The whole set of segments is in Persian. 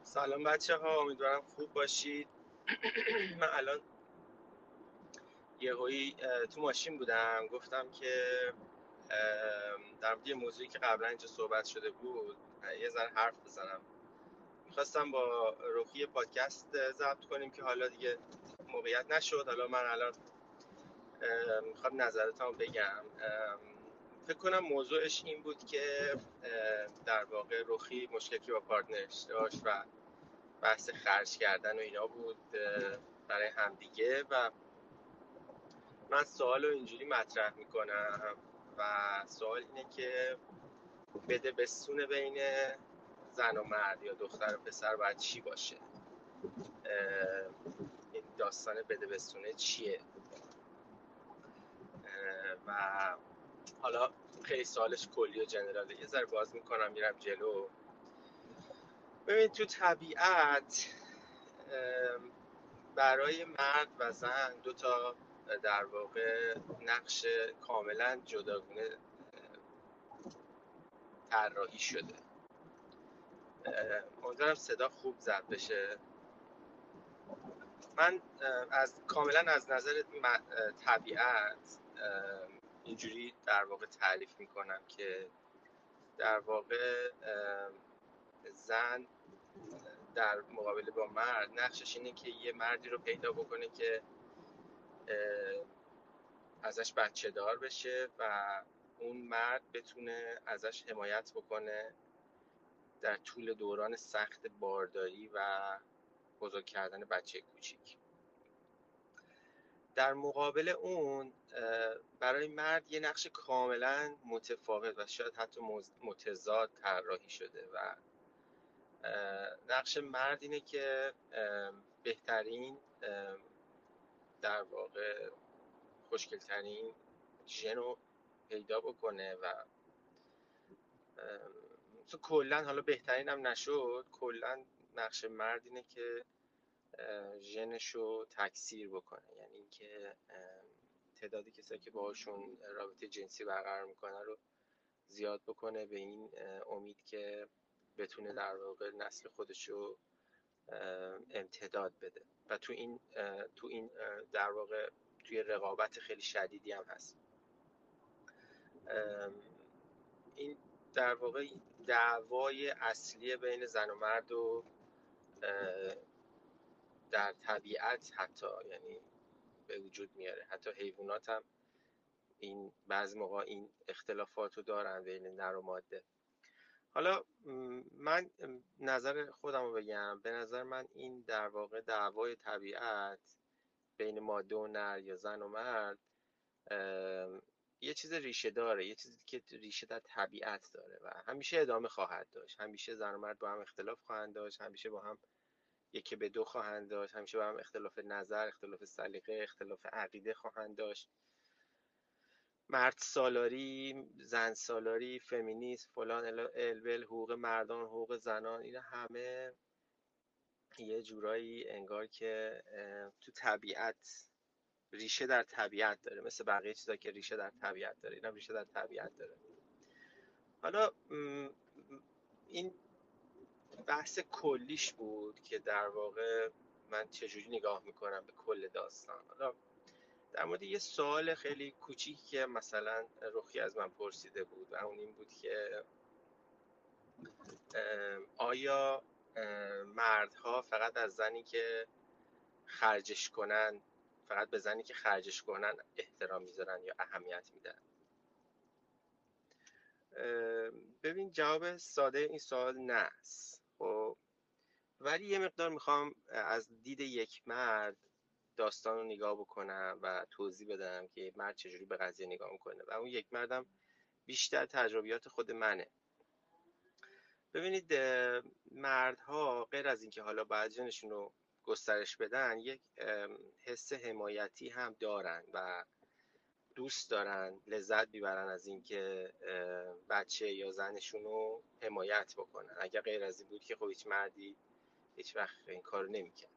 سلام بچه ها، امیدوارم خوب باشید. من الان یهویی تو ماشین بودم، گفتم که در مورد یه موضوعی که قبلا اینجا صحبت شده بود یه ذره حرف بزنم. میخواستم با رخی پادکست ضبط کنیم که حالا دیگه موقعیت نشد. حالا من الان میخوام نظرتامو بگم. فکر کنم موضوعش این بود که در واقع رخی مشکلی با پارتنرش داشت و بحث خرج کردن و اینا بود برای همدیگه، و من سوال رو اینجوری مطرح میکنم و سوال اینه که بده بستون بین زن و مرد یا دختر و پسر باید چی باشه؟ این داستان بده بستونه چیه؟ و حالا خیلی سوالش کلی و جنراله، یه ذره باز میکنم میرم جلو. ببین، تو طبیعت برای مرد و زن دو تا در واقع نقش کاملا جداگونه طراحی شده. امیدوارم صدا خوب ضبط بشه. من کاملا از نظر طبیعت اینجوری در واقع تعریف میکنم که در واقع زن در مقابله با مرد نقشش اینه که یه مردی رو پیدا بکنه که ازش بچه دار بشه و اون مرد بتونه ازش حمایت بکنه در طول دوران سخت بارداری و بزرگ کردن بچه کوچیک. در مقابل اون برای مرد یه نقش کاملا متفاوت و شاید حتی متضاد طراحی شده و نقش مرد اینه که بهترین در واقع خوشگلترین ژن رو پیدا بکنه و کلا حالا بهترین هم نشد، کلا نقش مرد اینه که ژنش رو تکثیر بکنه، یعنی اینکه تعدادی کسایی که باهاشون رابطه جنسی برقرار میکنه رو زیاد بکنه، به این امید که بتونه در واقع نسل خودش رو امتداد بده و تو این در واقع توی رقابت خیلی شدیدی هم هست. این در واقع دعوای اصلی بین زن و مرد و در طبیعت حتی یعنی به وجود میاره. حتی حیوانات هم این بعضی موقع این اختلافات رو دارن بین نر و ماده. حالا من نظر خودم رو بگم، به نظر من این در واقع دعوای طبیعت بین ماده و نر یا زن و مرد یه چیز ریشه داره، یه چیزی که ریشه در طبیعت داره و همیشه ادامه خواهد داشت. همیشه زن و مرد با هم اختلاف خواهند داشت، همیشه با هم یکی به دو خواهند داشت، همیشه با هم اختلاف نظر، اختلاف سلیقه، اختلاف عقیده خواهند داشت. مرد سالاری، زن سالاری، فمینیسم، فلان البل، حقوق مردان، حقوق زنان، اینا همه یه جورایی انگار که تو طبیعت ریشه در طبیعت داره، مثل بقیه چیزا که ریشه در طبیعت داره، اینم ریشه در طبیعت داره. حالا این بحث کلیش بود که در واقع من چجوری نگاه میکنم به کل داستان. حالا در مورد یه سوال خیلی کوچیکی که مثلا رخی از من پرسیده بود و اون این بود که آیا مردها فقط از زنی که خرجش کنن، فقط به زنی که خرجش کنن احترام میذارن یا اهمیت میدن؟ ببین، جواب ساده این سوال نه است. خب ولی یه مقدار میخوام از دید یک مرد داستان رو نگاه بکنم و توضیح بدم که مرد چجوری به قضیه نگاه میکنه و اون یک مردم بیشتر تجربیات خود منه. ببینید، مردها غیر از اینکه حالا باید جنشون رو گسترش بدن، یک حس حمایتی هم دارن و دوست دارن، لذت میبرن از اینکه بچه یا زنشون رو حمایت بکنن. اگر غیر از این بود که خب هیچ مردی هیچ وقت این کار رو نمی‌کرد.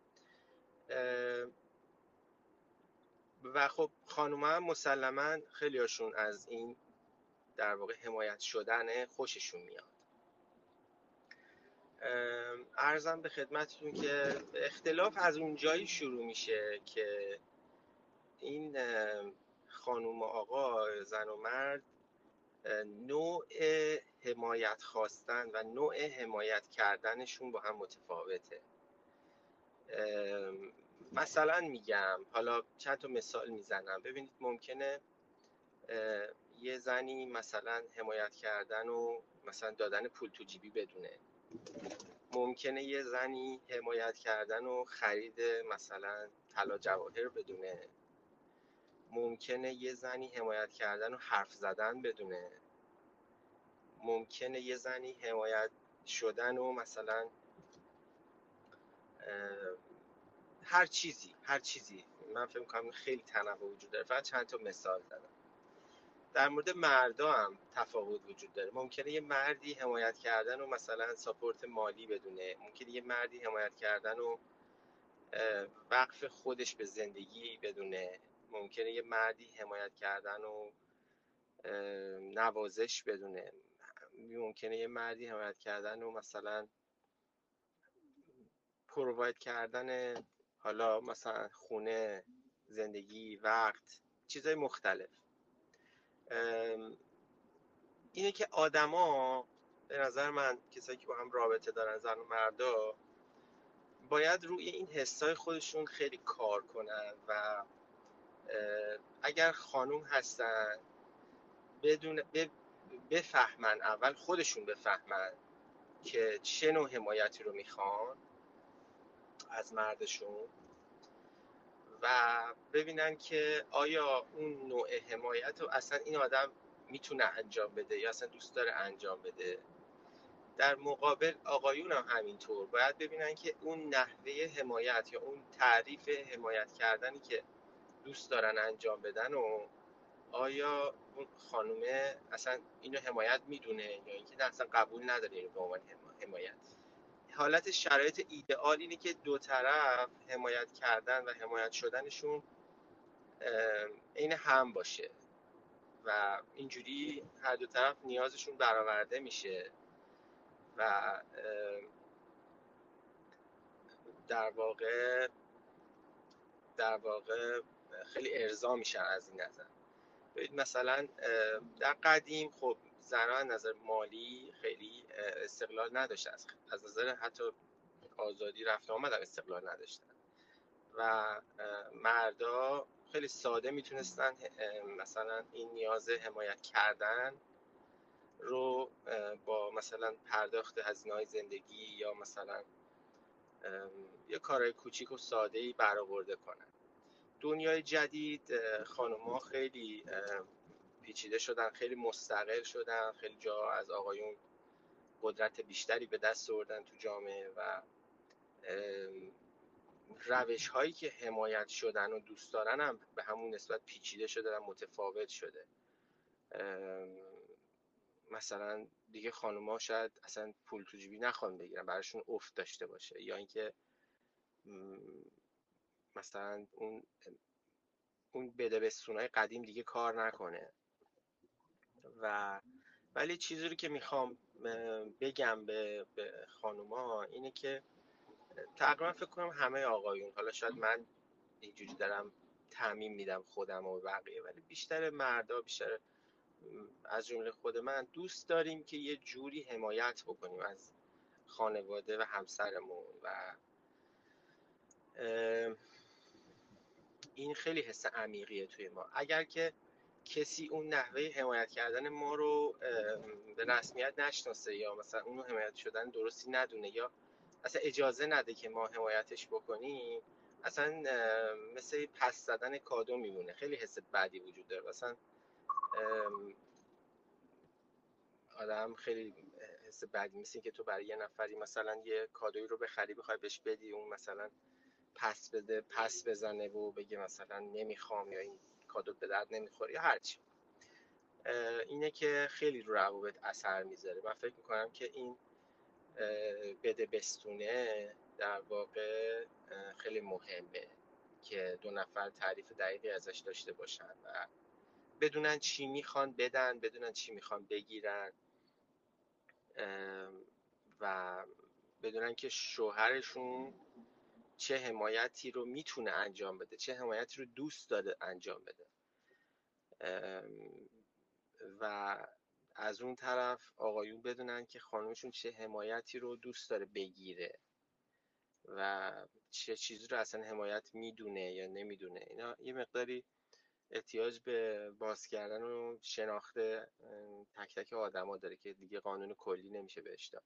و خب خانوما هم مسلما خیلی هاشون از این در واقع حمایت شدن خوششون میاد. عرضم به خدمتتون که اختلاف از اونجایی شروع میشه که این خانوم و آقا، زن و مرد، نوع حمایت خواستن و نوع حمایت کردنشون با هم متفاوته. مثلا میگم، حالا چند تا مثال میزنم. ببینید ممکنه یه زنی مثلا حمایت کردن و مثلا دادن پول تو جیبی بدونه. ممکنه یه زنی حمایت کردن و خرید مثلا طلا جواهر بدونه. ممکنه یه زنی حمایت کردن و حرف زدن بدونه. ممکنه یه زنی حمایت شدن و مثلا هر چیزی من فکر می‌کنم خیلی تنوع وجود داره. فقط چند تا مثال زدم. در مورد مردا هم تفاوت وجود داره. ممکنه یه مردی حمایت کردن و مثلا ساپورت مالی بدونه. ممکنه یه مردی حمایت کردن و وقف خودش به زندگی بدونه. ممکنه یه مردی حمایت کردن و نوازش بدونه. ممکنه یه مردی حمایت کردن و مثلا پروواید کردن، حالا مثلا خونه، زندگی، وقت، چیزهای مختلف. اینه که آدما به نظر من، کسایی که با هم رابطه دارن، زن و مردا، باید روی این حسای خودشون خیلی کار کنن و اگر خانوم هستن بفهمن، اول خودشون بفهمن که چه نوع حمایتی رو میخوان از مردشون و ببینن که آیا اون نوع حمایت رو اصلا این آدم میتونه انجام بده یا اصلا دوست داره انجام بده. در مقابل آقایون هم همینطور باید ببینن که اون نحوه حمایت یا اون تعریف حمایت کردنی که دوست دارن انجام بدن و آیا اون خانومه اصلا اینو حمایت میدونه یا اینکه نه اصلا قبول نداره اینو به عنوان حمایت. حالت شرایط ایدئال اینه که دو طرف حمایت کردن و حمایت شدنشون عین هم باشه و اینجوری هر دو طرف نیازشون برآورده میشه و در واقع خیلی ارضا میشن از این نظر. ببینید مثلا در قدیم خب زنان از نظر مالی خیلی استقلال نداشتن، از نظر حتی آزادی رفت آمد استقلال نداشتن و مردا خیلی ساده میتونستن مثلا این نیاز حمایت کردن رو با مثلا پرداخت هزینه‌های زندگی یا مثلا یه کارهای کوچیک و ساده‌ای برآورده کنن. دنیای جدید خانم‌ها خیلی پیچیده شدن، خیلی مستقل شدن، خیلی جا از آقایون قدرت بیشتری به دست آوردن تو جامعه و روش هایی که حمایت شدن و دوست دارن هم به همون نسبت پیچیده شده و متفاوت شده. مثلا دیگه خانوما شاید اصلا پول تو جیبی نخوان بگیرن، براشون افت داشته باشه، یا اینکه مثلا اون بدبستونای قدیم دیگه کار نکنه. و ولی چیزی رو که میخوام بگم به خانوما اینه که تقریبا فکر کنم همه آقایون، حالا شاید من اینجوری دارم تعمیم میدم خودم و بقیه، ولی بیشتر مردا، بیشتر از جمله خود من، دوست داریم که یه جوری حمایت بکنیم از خانواده و همسرمون و این خیلی حس عمیقیه توی ما. اگر که کسی اون نحوه حمایت کردن ما رو به رسمیت نشناسه یا مثلا اونو حمایت شدن درستی ندونه یا اصلا اجازه نده که ما حمایتش بکنیم، اصلا مثل پس زدن کادو میمونه. خیلی حس بدی وجود داره. مثلا آدم خیلی حس بدی، مثل که تو برای یه نفری مثلا یه کادویی رو بخری، بخوای بهش بدی، اون مثلا پس بزنه و بگه مثلا نمیخوام یا این کادو به درد نمیخوره یا هرچی. اینه که خیلی رو روابط اثر میذاره. من فکر میکنم که این بده بستونه در واقع خیلی مهمه که دو نفر تعریف دقیقی ازش داشته باشن و بدونن چی میخوان بدن، بدونن چی میخوان بگیرن و بدونن که شوهرشون چه حمایتی رو میتونه انجام بده، چه حمایتی رو دوست داره انجام بده. و از اون طرف آقایون بدونن که خانمشون چه حمایتی رو دوست داره بگیره و چه چیزی رو اصلا حمایت میدونه یا نمیدونه. اینا یه مقداری احتیاج به باز کردن و شناخت تک تک آدما داره که دیگه قانون کلی نمیشه بهش داد.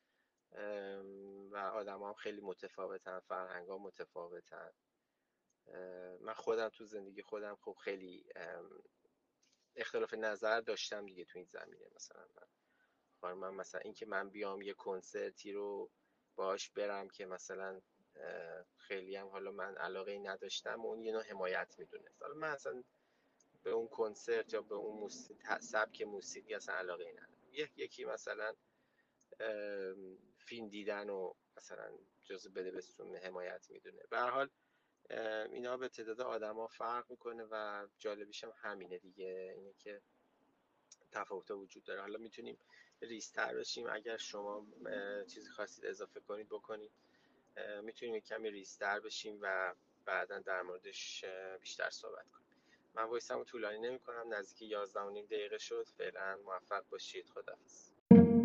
و آدما هم خیلی متفاوتن، فرهنگ‌ها متفاوتن. من خودم تو زندگی خودم خب خیلی اختلاف نظر داشتم دیگه تو این زمینه. مثلا من مثلا اینکه من بیام یه کنسرتی رو باهاش برم که مثلا خیلی هم حالا من علاقه ای نداشتم و اون یه نوع حمایت میدونست، حالا من اصلا به اون کنسرت یا به اون سبک موسیقی اصلا علاقه ای ندارم. یکی مثلا فیلم دیدن و مثلا جزء بده بستون حمایت میدونه. به هر حال اینا به تعداد آدما فرق میکنه و جالبیش هم همینه دیگه، اینه که تفاوت وجود داره. حالا میتونیم ریزتر بشیم، اگر شما چیزی خواستید اضافه کنید بکنید. میتونیم کمی ریزتر بشیم و بعدا در موردش بیشتر صحبت کنیم. من وایسمو طولانی نمی کنم، نزدیک 11 و نیم دقیقه شد. فعلا موفق باشید. خداحافظ.